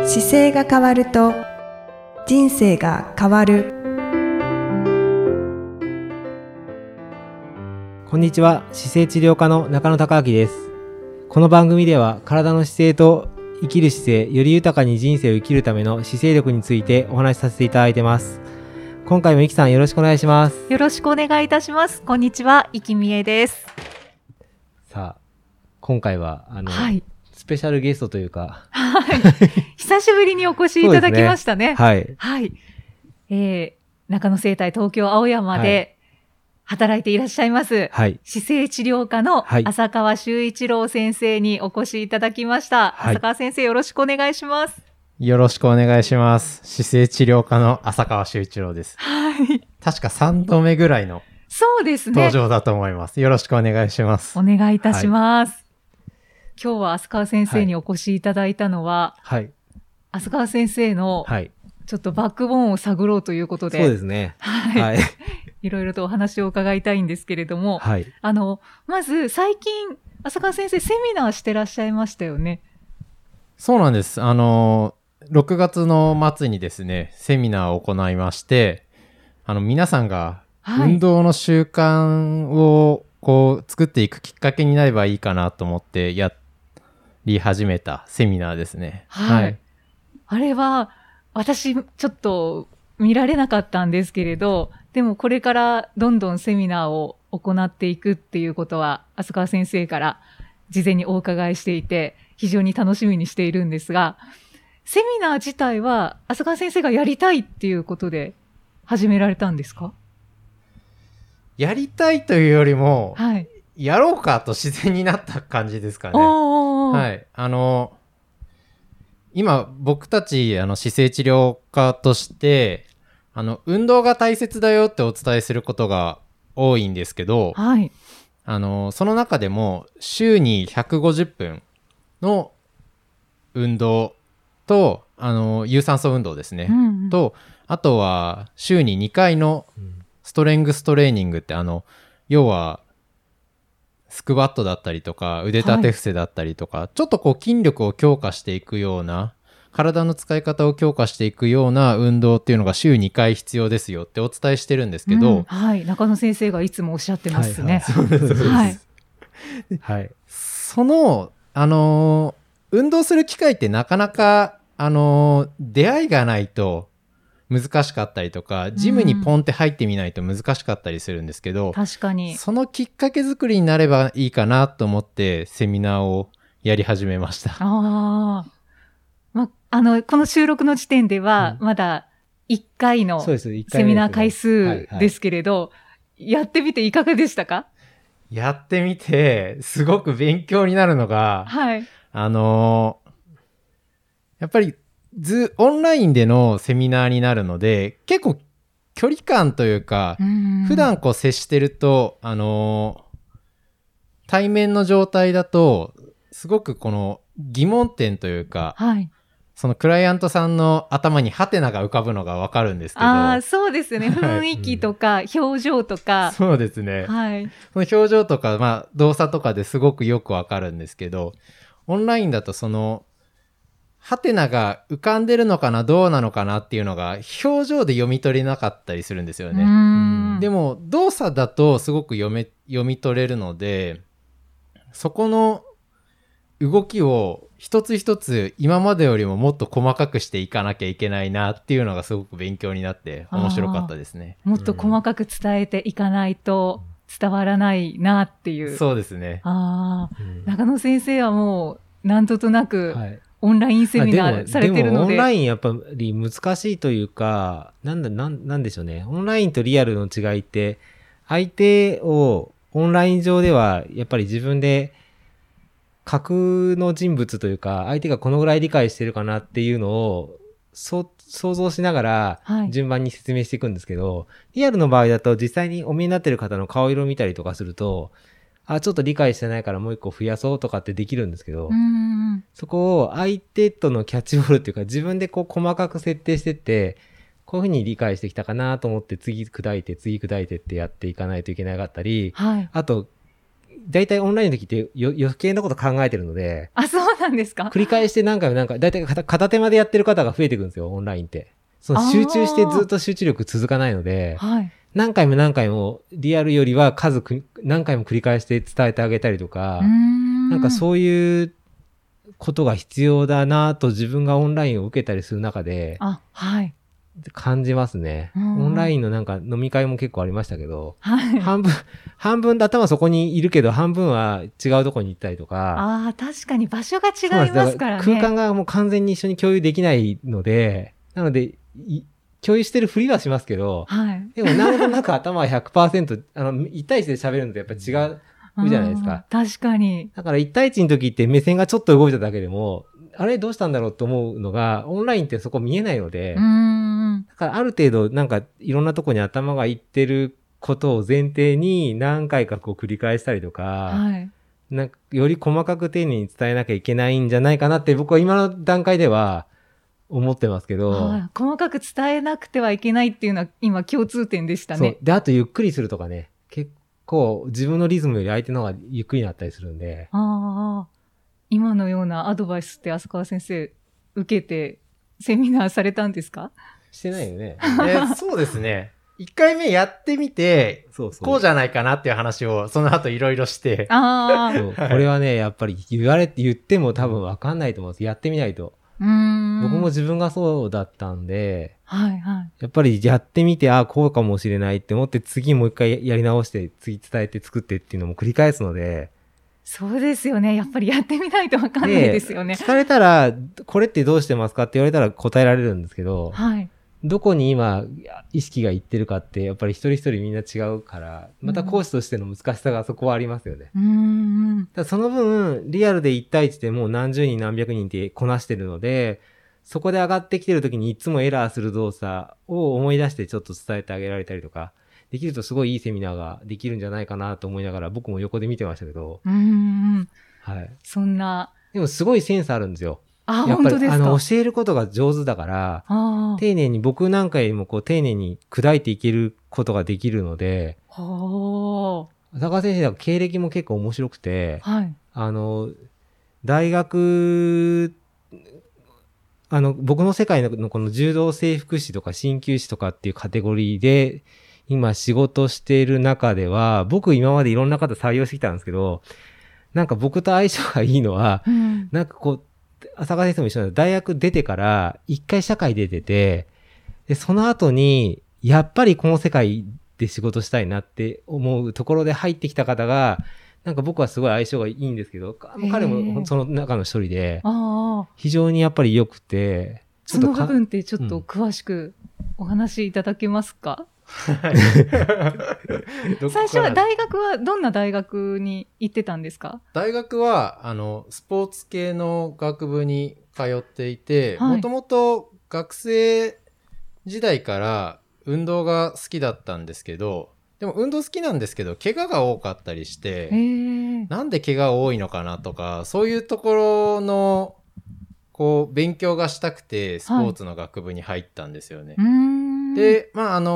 姿勢が変わると人生が変わる。 こんにちは、姿勢治療科の中野孝明です。この番組では体の姿勢と生きる姿勢、より豊かに人生を生きるための姿勢力についてお話しさせていただいてます。今回もいきさんよろしくお願いします。 よろしくお願いいたします。こんにちは、いきみえです。 さあ、今回ははい、 スペシャルゲストというか、 はい、久しぶりにお越しいただきましたね。 はい、 はい、中野生態東京青山で働いていらっしゃいます、 はい、 姿勢治療科の浅川修一郎先生にお越しいただきました。はい、浅川先生、よろしくお願いします。 よろしくお願いします。姿勢治療科の浅川修一郎です。 はい。 確か3度目ぐらいのそうですね。 登場だと思います。よろしくお願いします。 お願いいたします。はい、今日は浅川先生にお越しいただいたのは、はい、浅川先生のちょっとバックボーンを探ろうということで、 そうですね。 はい。はい、いろいろとお話を伺いたいんですけれども、はい、まず最近浅川先生セミナーしてらっしゃいましたよね。 そうなんです。6月の末にですね、セミナーを行いまして、皆さんが運動の習慣をこう作っていくきっかけになればいいかなと思ってやり始めたセミナーですね。 はい。はい、あれは私ちょっと見られなかったんですけれど、でもこれからどんどんセミナーを行っていくっていうことは浅川先生から事前にお伺いしていて非常に楽しみにしているんですが、セミナー自体は浅川先生がやりたいっていうことで始められたんですか？ やりたいというよりも、 はい、 やろうかと自然になった感じですかね。はい。今僕たち姿勢治療科として運動が大切だよってお伝えすることが多いんですけど、はい、その中でも週に150分の運動と有酸素運動ですね、うんうん、とあとは週に2回のストレングストレーニングって要はスクワットだったりとか腕立て伏せだったりとか、はい、ちょっとこう筋力を強化していくような体の使い方を強化していくような運動っていうのが週2回必要ですよってお伝えしてるんですけど、 うん、はい、中野先生がいつもおっしゃってますね。 はいはい、そうですそうです、はいはい、その運動する機会ってなかなか出会いがないと難しかったりとか、ジムにポンって入ってみないと難しかったりするんですけど、 確かにそのきっかけ作りになればいいかなと思ってセミナーをやり始めました。 この収録の時点ではまだ1回のセミナー回数ですけれど、やってみていかがでしたか？ やってみてすごく勉強になるのが、はい、やっぱりオンラインでのセミナーになるので結構距離感というか、普段こう接してると対面の状態だとすごくこの疑問点というか、はい、そのクライアントさんの頭にハテナが浮かぶのがわかるんですけど、 そうですね、雰囲気とか表情とか、 そうですね、はい、その表情とか、動作とかですごくよくわかるんですけど、オンラインだとそのハテナが浮かんでるのかなどうなのかなっていうのが表情で読み取れなかったりするんですよね。でも動作だとすごく読み取れるので、そこの動きを一つ一つ今までよりももっと細かくしていかなきゃいけないなっていうのがすごく勉強になって面白かったですね。 もっと細かく伝えていかないと伝わらないなっていう。 そうですね。 中野先生はもう何となく、はい、オンラインセミナーされてるので。 でもオンラインやっぱり難しいというか、なんでしょうね。オンラインとリアルの違いって、相手をオンライン上ではやっぱり自分で架空の人物というか、相手がこのぐらい理解してるかなっていうのを想像しながら順番に説明していくんですけど、はい、リアルの場合だと実際にお見えになってる方の顔色を見たりとかすると、ちょっと理解してないからもう一個増やそうとかってできるんですけど、そこを相手とのキャッチボールっていうか、自分でこう細かく設定してって、こういうふうに理解してきたかなと思って次砕いてってやっていかないといけなかったり、はい、あとだいたいオンラインの時って余計なこと考えてるので、 あ、そうなんですか？ 繰り返して何回もだいたい片手間でやってる方が増えていくんですよ、オンラインって。その集中してずっと集中力続かないので、 はい、 何回もリアルよりは何回も繰り返して伝えてあげたりとか、なんかそういうことが必要だなと自分がオンラインを受けたりする中で、 はい。 感じますね。オンラインのなんか飲み会も結構ありましたけど、 はい、 半分頭そこにいるけど、半分は違うとこに行ったりとか。 確かに場所が違いますからね。 空間がもう完全に一緒に共有できないので、なので、共有してるふりはしますけど、 はい、 でもなんとなく頭は 100%、1対1で喋るのとやっぱり違うじゃないですか。 確かに。 だから1対1の時って目線がちょっと動いただけでも、あれどうしたんだろうと思うのが、オンラインってそこ見えないので、だからある程度なんかいろんなとこに頭がいってることを前提に何回かこう繰り返したりとか、 はい、 なんかより細かく丁寧に伝えなきゃいけないんじゃないかなって僕は今の段階では思ってますけど。 細かく伝えなくてはいけないっていうのは今共通点でしたね。 そう。で、あとゆっくりするとかね、結構自分のリズムより相手の方がゆっくりになったりするんで。 今のようなアドバイスって浅川先生受けてセミナーされたんですか？ してないよね。 そうですね。1回目やってみて、こうじゃないかなっていう話をその後いろいろして。 そうこれはね、やっぱり言っても多分わかんないと思うんです。やってみないと。僕も自分がそうだったんで、 はいはい、 やっぱりやってみて、こうかもしれないって思って次もう一回やり直して、次伝えて作ってっていうのも繰り返すので。 そうですよね。やっぱりやってみないとわかんないですよね。 聞かれたら、これってどうしてますかって言われたら答えられるんですけど、 はい、どこに今意識がいってるかってやっぱり一人一人みんな違うから、また講師としての難しさがそこはありますよね。だその分リアルで1対1でもう何十人何百人ってこなしてるので、そこで上がってきてる時にいつもエラーする動作を思い出してちょっと伝えてあげられたりとかできるとすごいいいセミナーができるんじゃないかなと思いながら僕も横で見てましたけど、 はい、そんなでもすごいセンスあるんですよ。 やっぱり本当ですか？ 教えることが上手だから丁寧に僕なんかよりもこう丁寧に砕いていけることができるので、浅川先生は経歴も結構面白くて、 はい、 大学僕の世界のこの柔道整復師とか鍼灸師とかっていうカテゴリーで今仕事している中では、僕今までいろんな方採用してきたんですけど、なんか僕と相性がいいのは、なんかこう浅川先生も一緒なんです。大学出てから一回社会出てて、でその後にやっぱりこの世界で仕事したいなって思うところで入ってきた方が、なんか僕はすごい相性がいいんですけど、彼もその中の一人で、非常にやっぱり良くて、 その部分ってちょっと詳しくお話しいただけますか？最初は大学はどんな大学に行ってたんですか？ 大学はスポーツ系の学部に通っていて、もともと学生時代から運動が好きだったんですけど、でも運動好きなんですけど怪我が多かったりして、なんで怪我多いのかなとか、そういうところのこう勉強がしたくてスポーツの学部に入ったんですよね。で、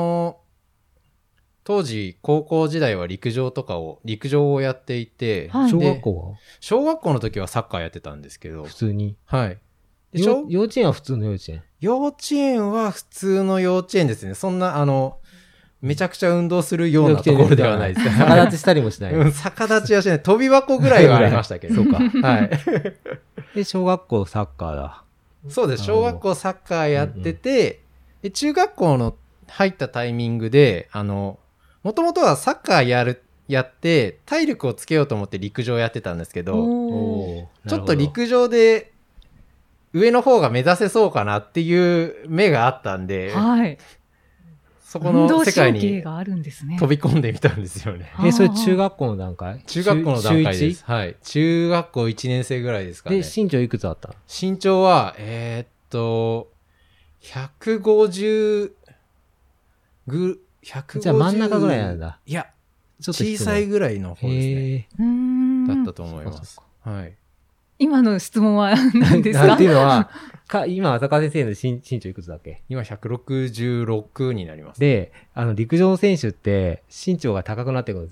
当時高校時代は陸上をやっていて、 小学校は？ 小学校の時はサッカーやってたんですけど、 普通に。 はい。 で幼稚園は普通の幼稚園？ 幼稚園は普通の幼稚園ですね。そんなめちゃくちゃ運動するようなところではないです。 逆立ちしたりもしない。 逆立ちはしない。飛び箱ぐらいはありましたけど。 そうか。 はい。 で、小学校サッカーだ。 そうです。小学校サッカーやってて、で中学校の入ったタイミングで、もともとはサッカーやって、体力をつけようと思って陸上やってたんですけど、ちょっと陸上で上の方が目指せそうかなっていう目があったんで、 はい。 そこの世界に飛び込んでみたんですよね。 それ中学校の段階？ 中学校の段階です。はい。中学校1年生ぐらいですかね。 で、身長いくつあった？ 身長は、150 じゃあ真ん中ぐらいなんだ。 いや、小さいぐらいの方ですね。だったと思います。はい。 今の質問は何ですか？ っていうのは、今、浅川先生の身長いくつだっけ？ 今166になります。 で、陸上選手って身長が高くなっていくんですよ。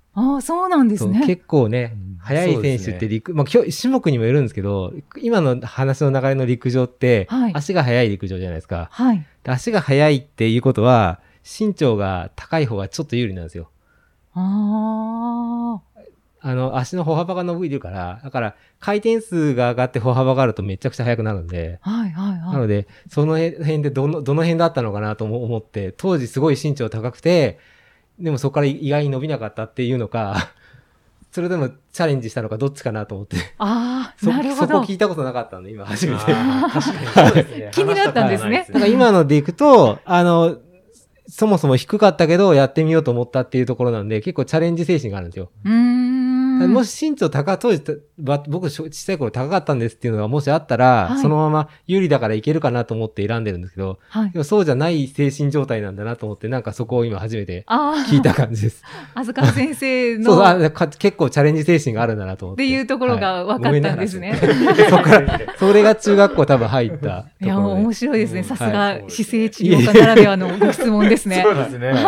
ああ、そうなんですね。 結構ね、速い選手ってまあ、種目にもよるんですけど、今の話の流れの陸上って、足が速い陸上じゃないですか。 はい。 足が速いっていうことは、身長が高い方がちょっと有利なんですよ。 ああ。 足の歩幅が伸びるから、だから回転数が上がって歩幅があるとめちゃくちゃ速くなるんで、 はいはいはい。 なので、その辺でどの辺だったのかなと思って、当時すごい身長高くて、でもそこから意外に伸びなかったっていうのか、それでもチャレンジしたのかどっちかなと思って。 ああ、なるほど。 そこ聞いたことなかったんで、今初めて。 確かにそうですね。 気になったんですね。 だから今のでいくと、そもそも低かったけどやってみようと思ったっていうところなんで、結構チャレンジ精神があるんですよ。もし身長当時、僕小さい頃高かったんですっていうのがもしあったら、そのまま有利だからいけるかなと思って選んでるんですけど、でもそうじゃない精神状態なんだなと思って、なんかそこを今初めて聞いた感じです。 飛鳥先生の。 結構チャレンジ精神があるんだなと思って。 っていうところが分かったんですね。 それが中学校多分入ったところで。 いや、面白いですね。さすが姿勢治療科ならではのご質問ですね。 そうですね。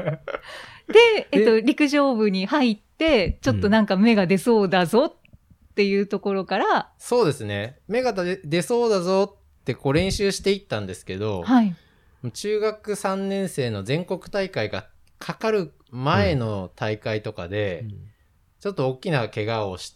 で、陸上部に入って、ちょっとなんか芽が出そうだぞっていうところから、 そうですね。芽が出そうだぞってこう練習していったんですけど、中学3年生の全国大会がかかる前の大会とかで、ちょっと大きな怪我をして、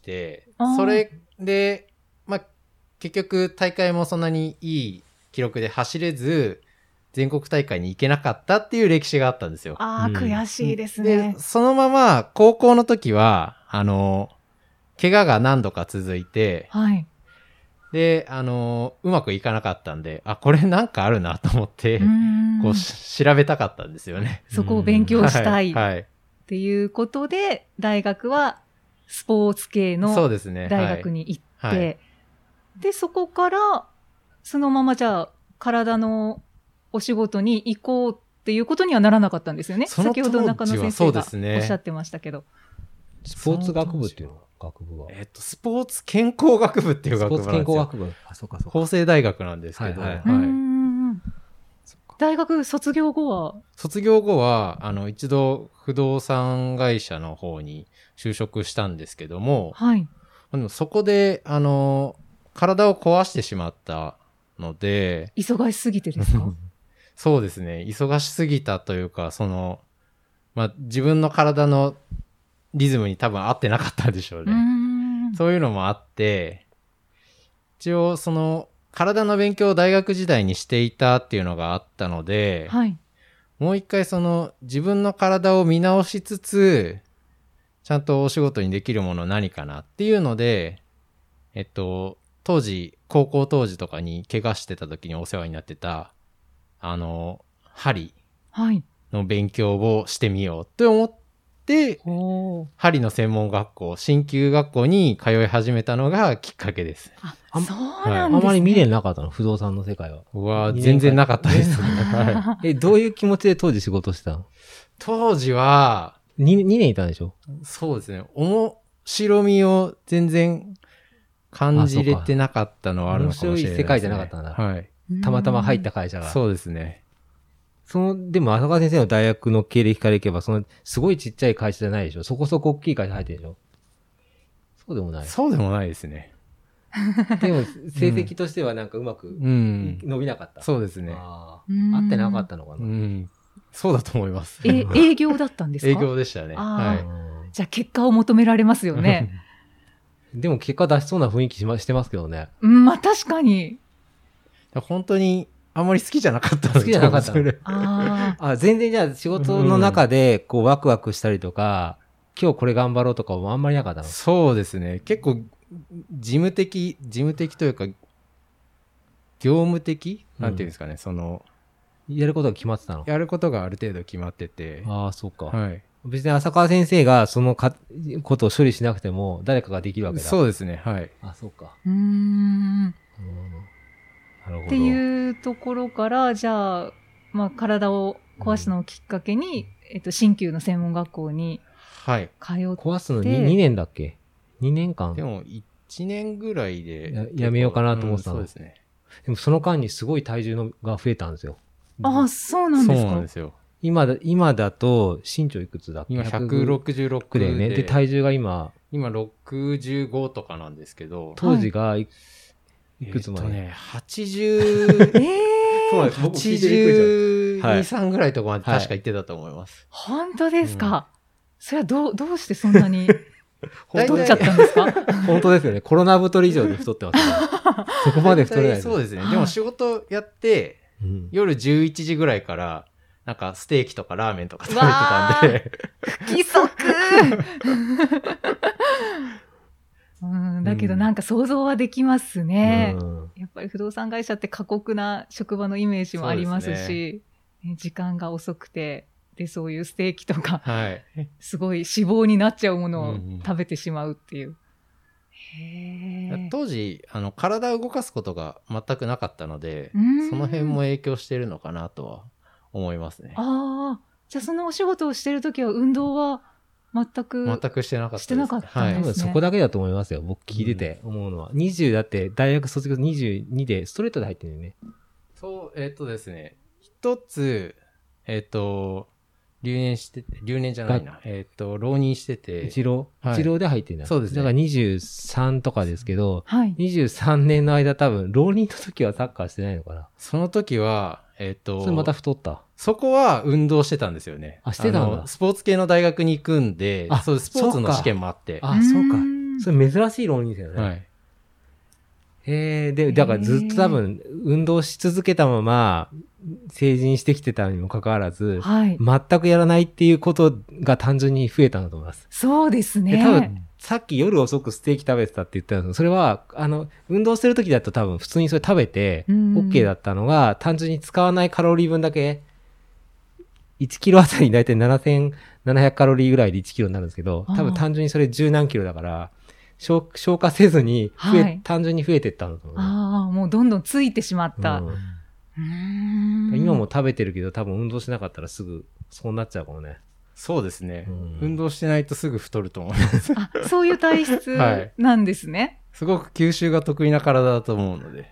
それで、まあ、結局大会もそんなにいい記録で走れず、全国大会に行けなかったっていう歴史があったんですよ。 ああ、悔しいですね。 で、そのまま高校の時は、怪我が何度か続いて、で、うまくいかなかったんで、これなんかあるなと思って、こう調べたかったんですよね。 そこを勉強したい。っていうことで、大学はスポーツ系の大学に行って、で、そこから、そのままじゃあ、体のお仕事に行こうっていうことにはならなかったんですよね。先ほど中野先生がおっしゃってましたけど。 スポーツ学部っていうの学部はスポーツ健康学部っていう学部なんですよ。スポーツ健康学部。そうか。 法政大学なんですけど。 大学卒業後は一度不動産会社の方に就職したんですけども、でもそこで、体を壊してしまったので。 忙しすぎてですか？ そうですね。忙しすぎたというか、まあ、自分の体のリズムに多分合ってなかったんでしょうね。そういうのもあって、一応体の勉強を大学時代にしていたっていうのがあったので、もう一回自分の体を見直しつつ、ちゃんとお仕事にできるもの何かなっていうので、高校当時とかに怪我してた時にお世話になってた、針の勉強をしてみようって思って、針の専門学校、鍼灸学校に通い始めたのがきっかけです。 そうなんですね。あまり未練なかったの？不動産の世界は。 全然なかったですね。 どういう気持ちで当時仕事してたの？ 当時は、 2年いたんでしょ？ そうですね。面白みを全然感じれてなかったのはあるのかもしれないですね。面白い世界じゃなかったんだ。たまたま入った会社が。 そうですね。 でも浅川先生の大学の経歴からいけば、すごいちっちゃい会社じゃないでしょ？そこそこ大きい会社入ってるでしょ？そうでもない。 そうでもないですね。 でも、成績としてはなんかうまく伸びなかった。 そうですね。 合ってなかったのかな。 そうだと思います。 営業だったんですか？ 営業でしたね。 じゃあ結果を求められますよね。 でも結果出しそうな雰囲気してますけどね。 まあ確かに。 本当にあんまり好きじゃなかったの。 好きじゃなかったの。全然じゃあ仕事の中でこうワクワクしたりとか、今日これ頑張ろうとかもあんまりなかったの？ そうですね。結構事務的というか、業務的なんていうんですかね、 やることが決まってたの？ やることがある程度決まってて。 そうか。別に浅川先生がそのことを処理しなくても誰かができるわけだ。 そうですね。 そうか。 なるほど。っていうところから、じゃあ、まあ、体を壊すのをきっかけに、鍼灸の専門学校に通って。 壊すの 2年だっけ？ 2 年間？ でも、1年ぐらいで。 やめようかなと思ってたの。 そうですね。 でもその間にすごい体重が増えたんですよ。 そうなんですか？ そうなんですよ。 今だと身長いくつだっけ？ 今166 だよね。で、体重が今 65とかなんですけど、 当時がいくつまで 80、 そうです。僕聞いてびっくりし 82、3ぐらいとかまで確か行ってたと思います。 本当ですか？それはどうしてそんなに太っちゃったんですか？ 本当ですよね。コロナ太り以上で太ってますね。そこまで太れない。 そうですね。でも仕事やって、夜11時ぐらいから、なんかステーキとかラーメンとか食べてたんで。 不規則だけどなんか想像はできますね。やっぱり不動産会社って過酷な職場のイメージもありますし、時間が遅くて、で、そういうステーキとか、すごい脂肪になっちゃうものを食べてしまうっていう。 当時、体を動かすことが全くなかったので、その辺も影響してるのかなとは思いますね。 ああ、じゃあそのお仕事をしてるときは運動は全くしてなかったです。 してなかったんですね。 多分そこだけだと思いますよ。僕聞いてて思うのは。20だって大学卒業22でストレートで入ってるよね。 そう、ですね。一つ、留年じゃないな。浪人してて。 一浪で入ってるんだ。 そうですね。 だから23とかですけど、23年の間多分、浪人の時はサッカーしてないのかな。 その時は、 それまた太った。 そこは運動してたんですよね。 してたんだ。 スポーツ系の大学に行くんで、そうスポーツの試験もあって。 そうか。それ珍しい浪人ですよね。で、だからずっと多分、運動し続けたまま、成人してきてたにもかかわらず、全くやらないっていうことが単純に増えたんだと思います。 そうですね。 で多分、さっき夜遅くステーキ食べてたって言ったんですけど、それは、運動してる時だと多分普通にそれ食べて、OK だったのが、単純に使わないカロリー分だけ、1キロあたりだいたい7700カロリーぐらいで1キロになるんですけど、多分単純にそれ10何キロだから、消化せずに単純に増えてったんだと思う。 もうどんどんついてしまった。 今も食べてるけど多分運動しなかったらすぐそうなっちゃうかもね。 そうですね。運動してないとすぐ太ると思います。 そういう体質なんですね。 すごく吸収が得意な体だと思うので。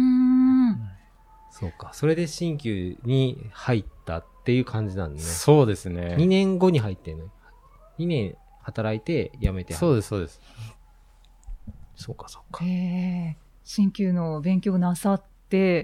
そうか。それで鍼灸に入ったっていう感じなんでね。 そうですね。 2年後に入ってんの。2年働いて辞めて。 そうです、そうです。 そうか、そうか。 鍼灸の勉強なさって、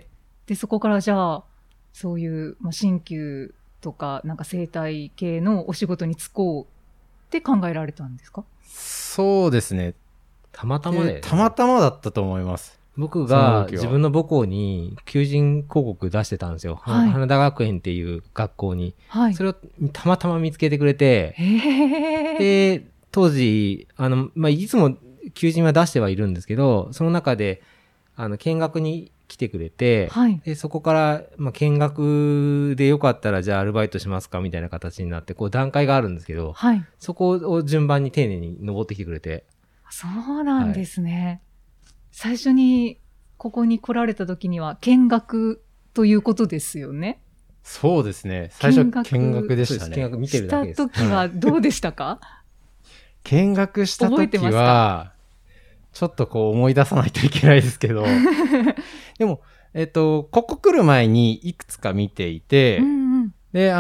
で、そこからじゃあ、そういう、鍼灸とか、なんか生態系のお仕事に就こうって考えられたんですか？ そうですね。 たまたまで、 たまたまだったと思います。 僕が自分の母校に求人広告出してたんですよ。花田学園っていう学校に。それをたまたま見つけてくれて、で、当時、いつも求人は出してはいるんですけど、その中で、見学に来てくれて、でそこから、見学でよかったらじゃあアルバイトしますかみたいな形になって、こう段階があるんですけど、そこを順番に丁寧に登ってきてくれて。 そうなんですね。最初にここに来られた時には見学ということですよね。 そうですね。最初見学でしたね。 見学見てるだけです。 した時はどうでしたか？ 見学した時は、ちょっとこう思い出さないといけないですけど、でも、ここ来る前にいくつか見ていて、で、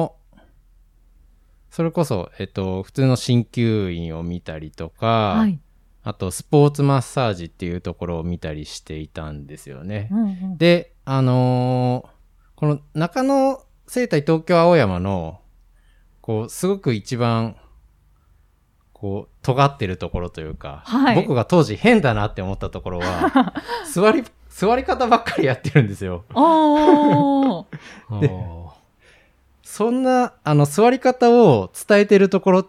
それこそ、普通の鍼灸院を見たりとか、あとスポーツマッサージっていうところを見たりしていたんですよね。で、この中野生態東京青山の、こう、すごく一番、こう、尖ってるところというか、僕が当時変だなって思ったところは、座り方ばっかりやってるんですよ。で、そんな、座り方を伝えてるところって、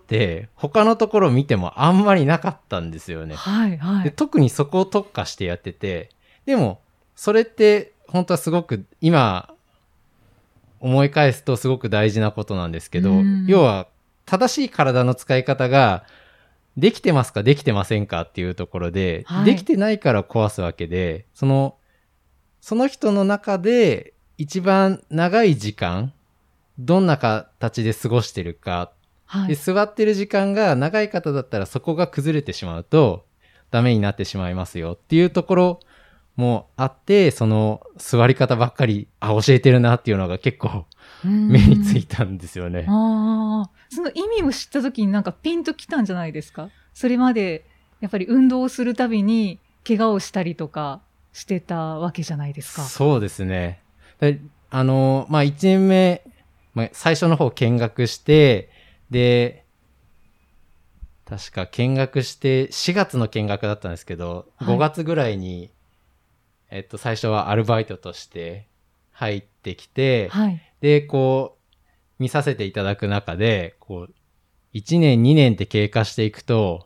他のところを見てもあんまりなかったんですよね。で、特にそこを特化してやってて、でも、それって、本当はすごく、今、思い返すとすごく大事なことなんですけど、要は、正しい体の使い方が、できてますかできてませんかっていうところで、できてないから壊すわけで、その人の中で一番長い時間、どんな形で過ごしてるか、で座ってる時間が長い方だったらそこが崩れてしまうとダメになってしまいますよっていうところもあって、その座り方ばっかり教えてるなっていうのが結構目についたんですよね。 ああ、その意味を知った時になんかピンときたんじゃないですか？それまでやっぱり運動をするたびに怪我をしたりとかしてたわけじゃないですか。 そうですね。でまあ、1年目、まあ、最初の方見学して、で、確か見学して4月の見学だったんですけど、5月ぐらいに、最初はアルバイトとして入ってきて、はい、で、こう、見させていただく中で、こう、1年2年って経過していくと、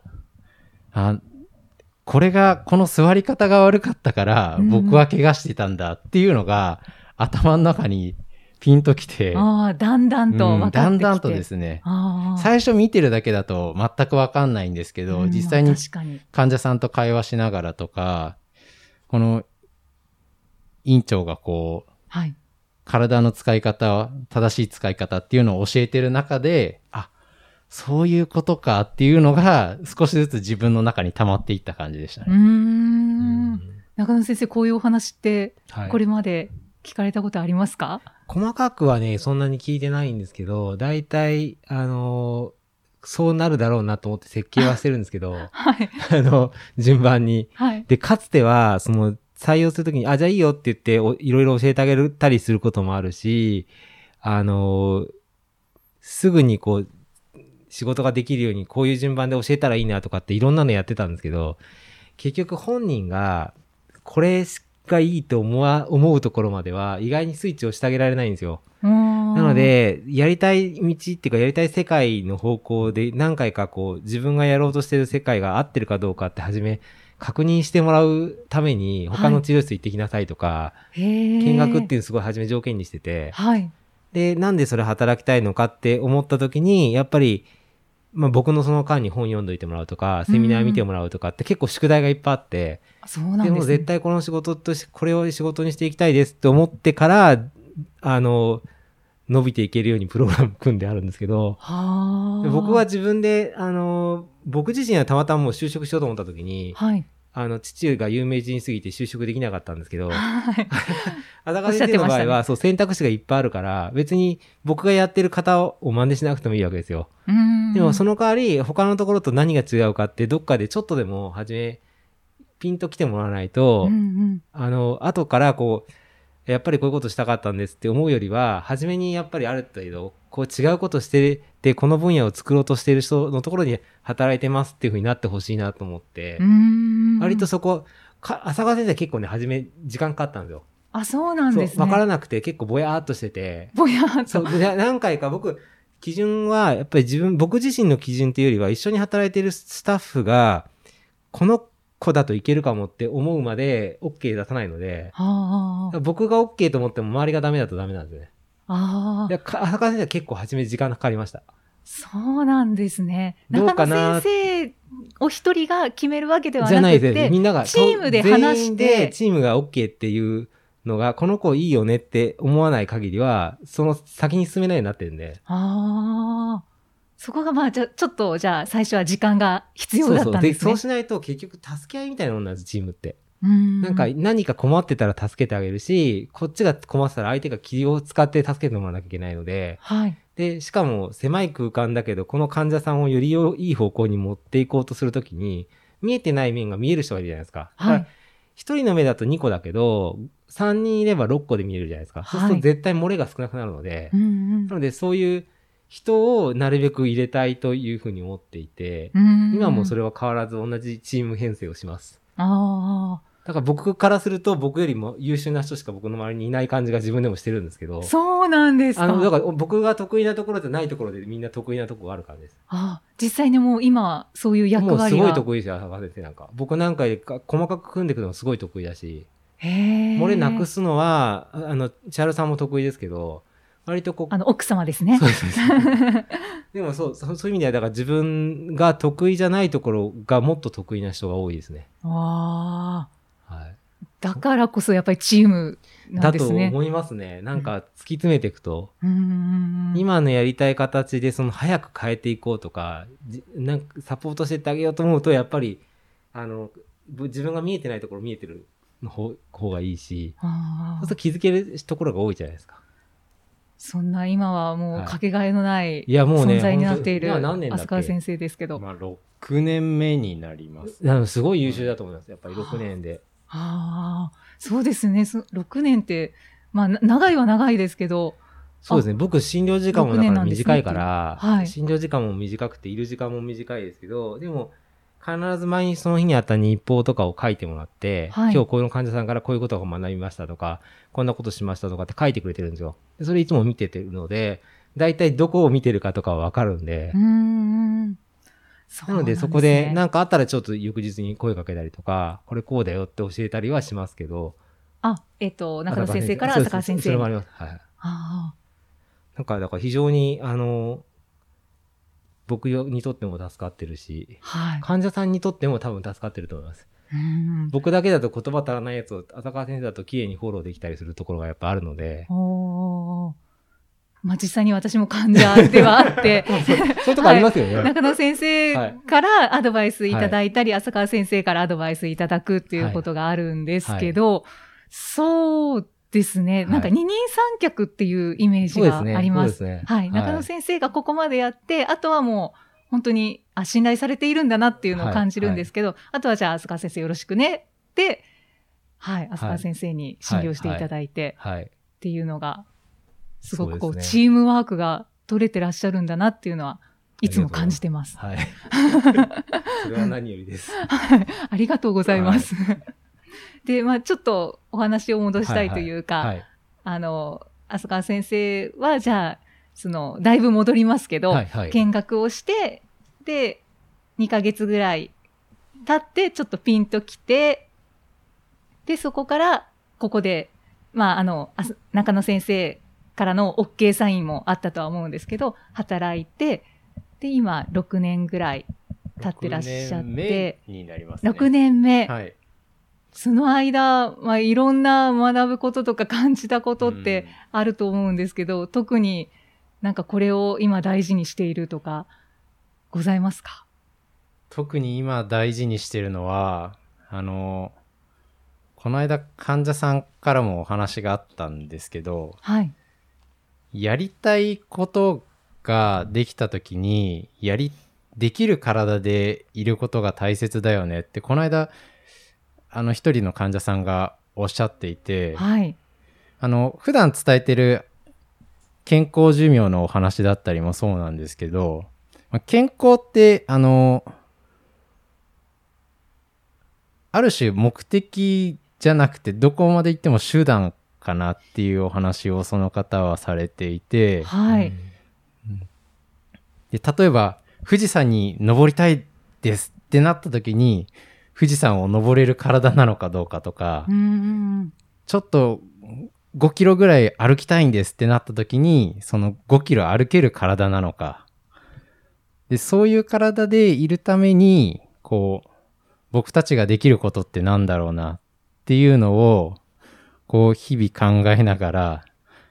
この座り方が悪かったから、僕は怪我してたんだっていうのが、頭の中にピンときて。 だんだんと分かってきて、 だんだんとですね。最初見てるだけだと全く分かんないんですけど、実際に患者さんと会話しながらとか、この院長がこう、はい、体の使い方、正しい使い方っていうのを教えてる中で、そういうことかっていうのが少しずつ自分の中に溜まっていった感じでしたね。 中野先生、こういうお話ってこれまで聞かれたことありますか？ 細かくはね、そんなに聞いてないんですけど、大体、そうなるだろうなと思って設計はしてるんですけど、はい、順番に。はい、で、かつては、採用するときに、じゃあいいよって言って、いろいろ教えてあげたりすることもあるし、すぐにこう、仕事ができるようにこういう順番で教えたらいいなとかっていろんなのやってたんですけど、結局本人がこれがいいと思うところまでは意外にスイッチをしてあげられないんですよ。なので、やりたい道っていうかやりたい世界の方向で何回かこう自分がやろうとしてる世界が合ってるかどうかって初め確認してもらうために他の治療室行ってきなさいとか、見学っていうのすごい初め条件にしてて、はい、で、なんでそれ働きたいのかって思った時に、やっぱり僕のその間に本読んどいてもらうとか、セミナー見てもらうとかって結構宿題がいっぱいあって、 そうなんですね。 でも絶対この仕事として、これを仕事にしていきたいですって思ってから、伸びていけるようにプログラム組んであるんですけど、僕は自分で、僕自身はたまたまもう就職しようと思った時に、はい、父が有名人すぎて就職できなかったんですけど、浅川先生の場合は、そう選択肢がいっぱいあるから、別に僕がやってる方を真似しなくてもいいわけですよ。でもその代わり、他のところと何が違うかって、どっかでちょっとでも初め、ピンと来てもらわないと、後からこう、やっぱりこういうことしたかったんですって思うよりは、初めにやっぱりある程度、こう違うことしてて、この分野を作ろうとしている人のところに働いてますっていう風になってほしいなと思って、割とそこ、浅川先生結構ね、初め時間かかったんですよ。 そうなんですね。 わからなくて結構ぼやーっとしてて。 ぼやーっと。 そう、何回か基準は、やっぱり僕自身の基準っていうよりは、一緒に働いているスタッフが、この子だといけるかもって思うまで OK 出さないので、僕が OK と思っても周りがダメだとダメなんですね。浅川先生は結構初め時間かかりました。 そうなんですね。中野先生お一人が決めるわけではなくて、じゃないです。 みんながチームで話して、全員でチームが OK っていうのが、この子いいよねって思わない限りは、その先に進めないようになってるんで。 そこがちょっとじゃあ最初は時間が必要だったんですね。 そうしないと結局助け合いみたいなもんなんです、チームって。何か困ってたら助けてあげるし、こっちが困ってたら相手が気を使って助けてもらわなきゃいけないので、はい。で、しかも狭い空間だけど、この患者さんをよりいい方向に持っていこうとするときに、見えてない面が見える人がいるじゃないですか。はい。一人の目だと2個だけど、3人いれば6個で見えるじゃないですか。はい、そうすると絶対漏れが少なくなるので、なのでそういう人をなるべく入れたいというふうに思っていて、今もそれは変わらず同じチーム編成をします。だから僕からすると僕よりも優秀な人しか僕の周りにいない感じが自分でもしてるんですけど。 そうなんですか。 だから僕が得意なところじゃないところでみんな得意なところがあるからです。 実際にもう今そういう役割が。もうすごい得意ですよ、浅川先生なんか。僕なんかで細かく組んでいくのもすごい得意だし。漏れなくすのは、千春さんも得意ですけど、割と奥様ですね。 そうです。でもそういう意味では、だから自分が得意じゃないところがもっと得意な人が多いですね。 はい。だからこそやっぱりチームなんですね。 だと思いますね。なんか突き詰めていくと、今のやりたい形で早く変えていこうとか、なんかサポートしてってあげようと思うと、やっぱり、自分が見えてないところ見えてる方がいいし、そうすると気づけるところが多いじゃないですか。 そんな今はもうかけがえのないいやもうね存在になっている本当何年だっけ飛鳥先生ですけど。 まあ、6年目になります。 すごい優秀だと思います。やっぱり6年で。 ああ、そうですね。6年って、まあ、長いは長いですけど。 そうですね。僕、診療時間もだから短いから、 はい、 診療時間も短くて、いる時間も短いですけど、でも、必ず毎日その日にあった日報とかを書いてもらって、はい、今日こういう患者さんからこういうことを学びましたとか、こんなことしましたとかって書いてくれてるんですよ。でそれいつも見ててるので、大体どこを見てるかとかはわかるんで。なのでそこで何かあったらちょっと翌日に声かけたりとか、これこうだよって教えたりはしますけど。 あ、中野先生から浅川先生に。 それもあります。はい。だから非常に、僕にとっても助かってるし、はい、患者さんにとっても多分助かってると思います。僕だけだと言葉足らないやつを浅川先生だと綺麗にフォローできたりするところがやっぱあるので。 まあ、実際に私も患者ではあってそういうとこありますよね、 はい、中野先生からアドバイスいただいたり、はい、浅川先生からアドバイスいただくっていうことがあるんですけど、はいはい、そうですね、なんか二人三脚っていうイメージがあります。そうですね。はい。中野先生がここまでやって、あとはもう本当に信頼されているんだなっていうのを感じるんですけど、あとはじゃあ浅川先生よろしくねって、はい、浅川先生に診療していただいて、っていうのが、すごくこう、チームワークが取れてらっしゃるんだなっていうのはいつも感じてます。 はい。それは何よりです。 はい。ありがとうございます。で、まあちょっとお話を戻したいというか、はいはい、浅川先生は、じゃあ、だいぶ戻りますけど、はいはい、見学をして、で、2ヶ月ぐらい経って、ちょっとピンときて、で、そこから、ここで、まあ中野先生からの OK サインもあったとは思うんですけど、働いて、で、今、6年ぐらい経ってらっしゃって、6年目になりますね。6年目。はい。その間、まあ、いろんな学ぶこととか感じたことってあると思うんですけど、特になんかこれを今大事にしているとか、ございますか？ 特に今大事にしているのは、この間患者さんからもお話があったんですけど、はい。やりたいことができたときに、できる体でいることが大切だよねって、この間、一人の患者さんがおっしゃっていて、はい、普段伝えてる健康寿命のお話だったりもそうなんですけど、健康ってある種目的じゃなくてどこまで行っても手段かなっていうお話をその方はされていて、はい、で例えば富士山に登りたいですってなった時に富士山を登れる体なのかどうかとか、ちょっと5キロぐらい歩きたいんですってなった時に、その5キロ歩ける体なのか。で、そういう体でいるために、こう、僕たちができることってなんだろうなっていうのを、こう、日々考えながら、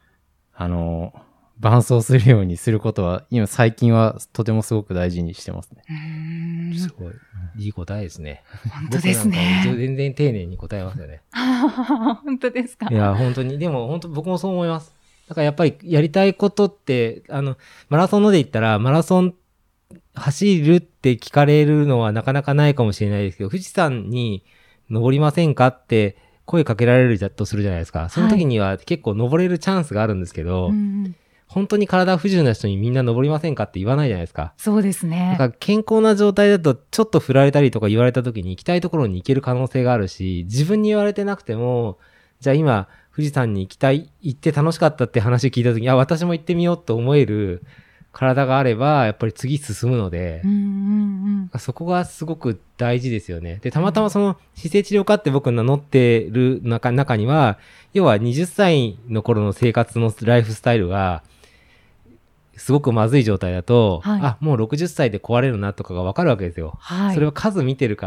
伴走するようにすることは、今最近はとてもすごく大事にしてますね。 すごい。いい答えですね。 本当ですね。 全然丁寧に答えますよね。 本当ですか？ いや、本当に。でも本当僕もそう思います。だからやっぱりやりたいことって、マラソンので言ったら、マラソン走るって聞かれるのはなかなかないかもしれないですけど、富士山に登りませんかって声かけられるとするじゃないですか。その時には結構登れるチャンスがあるんですけど、本当に体不自由な人にみんな登りませんかって言わないじゃないですか。 そうですね。 だから健康な状態だとちょっと振られたりとか言われた時に行きたいところに行ける可能性があるし、自分に言われてなくても、じゃあ今富士山に行って楽しかったって話を聞いた時に、私も行ってみようと思える体があれば、やっぱり次進むので、そこがすごく大事ですよね。で、たまたまその姿勢治療科って僕名乗ってる中には、要は20歳の頃の生活のライフスタイルが、すごくまずい状態だと、はい、もう60歳で壊れるなとかがわかるわけですよ。はい、それは数見てるから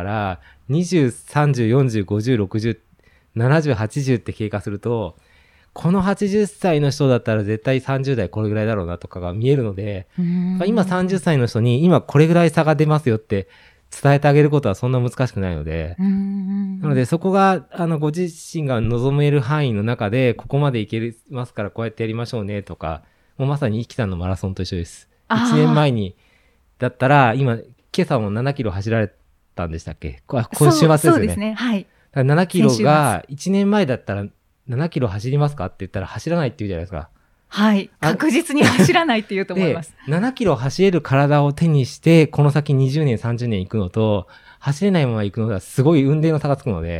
、20、30、40、50、60、70、80って経過すると、この80歳の人だったら絶対30代これぐらいだろうなとかが見えるので、今30歳の人に今これぐらい差が出ますよって伝えてあげることはそんな難しくないので、なのでそこがご自身が望める範囲の中でここまでいけますからこうやってやりましょうねとか、もうまさにイキさんのマラソンと一緒です。1年前にだったら今朝も7キロ走られたんでしたっけ？今週末ですよね。 そうですね。はい。 だから7キロが1年前だったら7キロ走りますかって言ったら走らないって言うじゃないですか。 はい。確実に走らないって言うと思います。 で、7キロ走れる体を手にして、この先20年、30年行くのと、走れないまま行くのではすごい運命の差がつくので。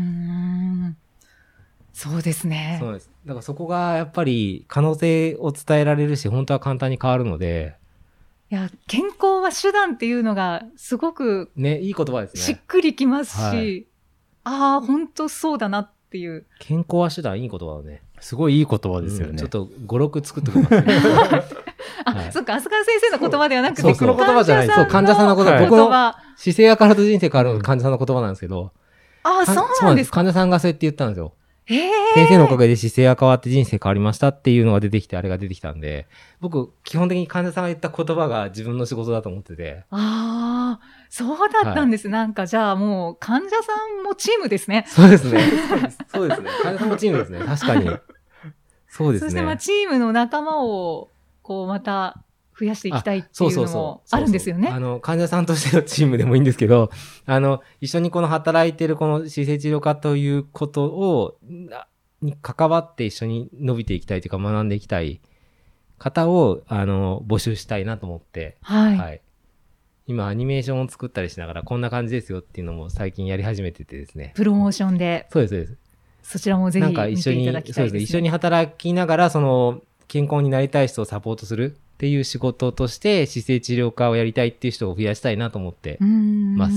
そうですね。 そうです。だからそこがやっぱり可能性を伝えられるし、本当は簡単に変わるので。 いや、健康は手段っていうのがすごくね、いい言葉ですね。 しっくりきますし、 はい、 本当そうだなっていう。 健康は手段、いい言葉だね。 すごいいい言葉ですよね。 ちょっと5、6作っておきますね。 そっか、浅川先生の言葉ではなくて、 僕の言葉じゃない。そう、患者さんの言葉。僕の姿勢や体人生変わる患者さんの言葉なんですけど。 そうなんですか。 患者さんがそうやって言ったんですよ。 先生のおかげで姿勢が変わって人生変わりましたっていうのが出てきて、あれが出てきたんで、僕、基本的に患者さんが言った言葉が自分の仕事だと思ってて。 そうだったんです。なんか、じゃあもう、患者さんもチームですね。 そうですね。そうですね。患者さんもチームですね。確かに。そうですね。 そして、チームの仲間を、また、増やしていきたいっていうのもあるんですよね。 患者さんとしてのチームでもいいんですけど、一緒にこの働いてるこの姿勢治療科ということを、に関わって一緒に伸びていきたいというか学んでいきたい方を、募集したいなと思って、はい。今、アニメーションを作ったりしながら、こんな感じですよっていうのも最近やり始めててですね。 プロモーションで。 そうです、そうです。 そちらもぜひ見ていただきたいですね。 そうですね。一緒に働きながら、健康になりたい人をサポートするっていう仕事として、姿勢治療科をやりたいっていう人を増やしたいなと思ってます。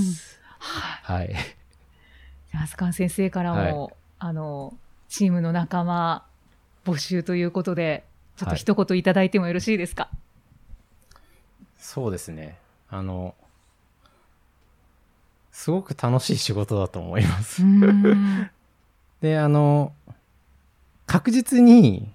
はい。 浅川先生からも、チームの仲間募集ということで、ちょっと一言いただいてもよろしいですか？ そうですね。すごく楽しい仕事だと思います。で、確実に、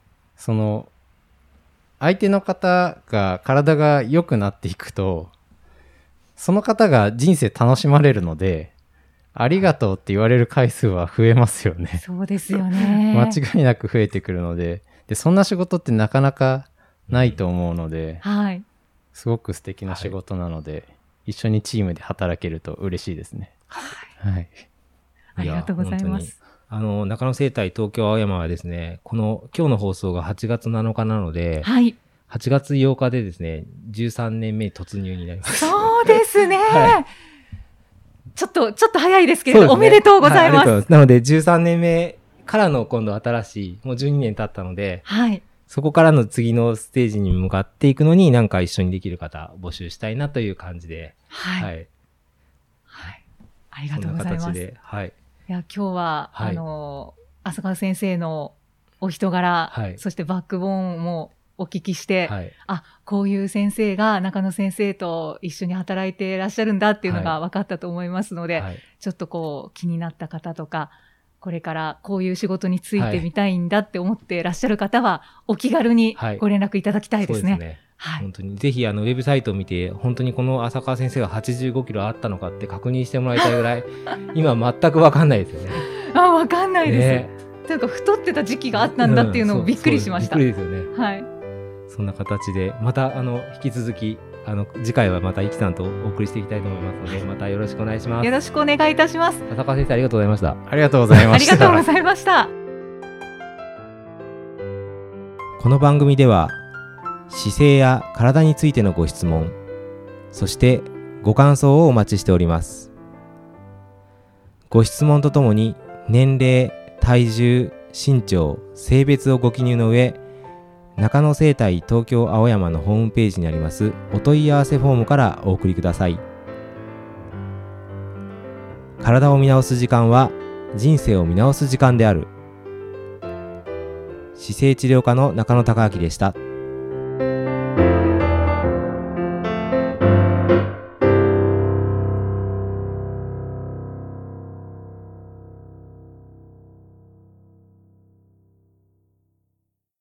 相手の方が体が良くなっていくと、その方が人生楽しまれるので、ありがとうって言われる回数は増えますよね。 そうですよね。 間違いなく増えてくるので、そんな仕事ってなかなかないと思うので、すごく素敵な仕事なので、一緒にチームで働けると嬉しいですね。はい。 ありがとうございます。 中野生態東京青山はですね、今日の放送が8月7日なので、8月8日でですね、13年目突入になります。 そうですね。ちょっと早いですけれど、おめでとうございます。 なので、13年目からの今度新しい、もう12年経ったので、そこからの次のステージに向かっていくのに、なんか一緒にできる方募集したいなという感じで、 ありがとうございます。そんな形で、いや、今日は、浅川先生のお人柄、そしてバックボーンもお聞きして、こういう先生が中野先生と一緒に働いていらっしゃるんだっていうのが分かったと思いますので、ちょっと気になった方とか、これからこういう仕事についてみたいんだって思っていらっしゃる方は、お気軽にご連絡いただきたいですね。そうですね。 本当にぜひウェブサイトを見て本当にこの浅川先生が85キロあったのかって確認してもらいたいぐらい今全く分かんないですよね。 分かんないです。というか太ってた時期があったんだっていうのをびっくりしました。 びっくりですよね。そんな形でまた引き続き次回はまたイキさんとお送りしていきたいと思いますのでまたよろしくお願いします。 よろしくお願いいたします。 浅川先生ありがとうございました。 ありがとうございました。 ありがとうございました。 この番組では姿勢や体についてのご質問、そしてご感想をお待ちしております。ご質問とともに年齢、体重、身長、性別をご記入の上、中野生態東京青山のホームページにありますお問い合わせフォームからお送りください。体を見直す時間は人生を見直す時間である。姿勢治療科の中野孝明でした。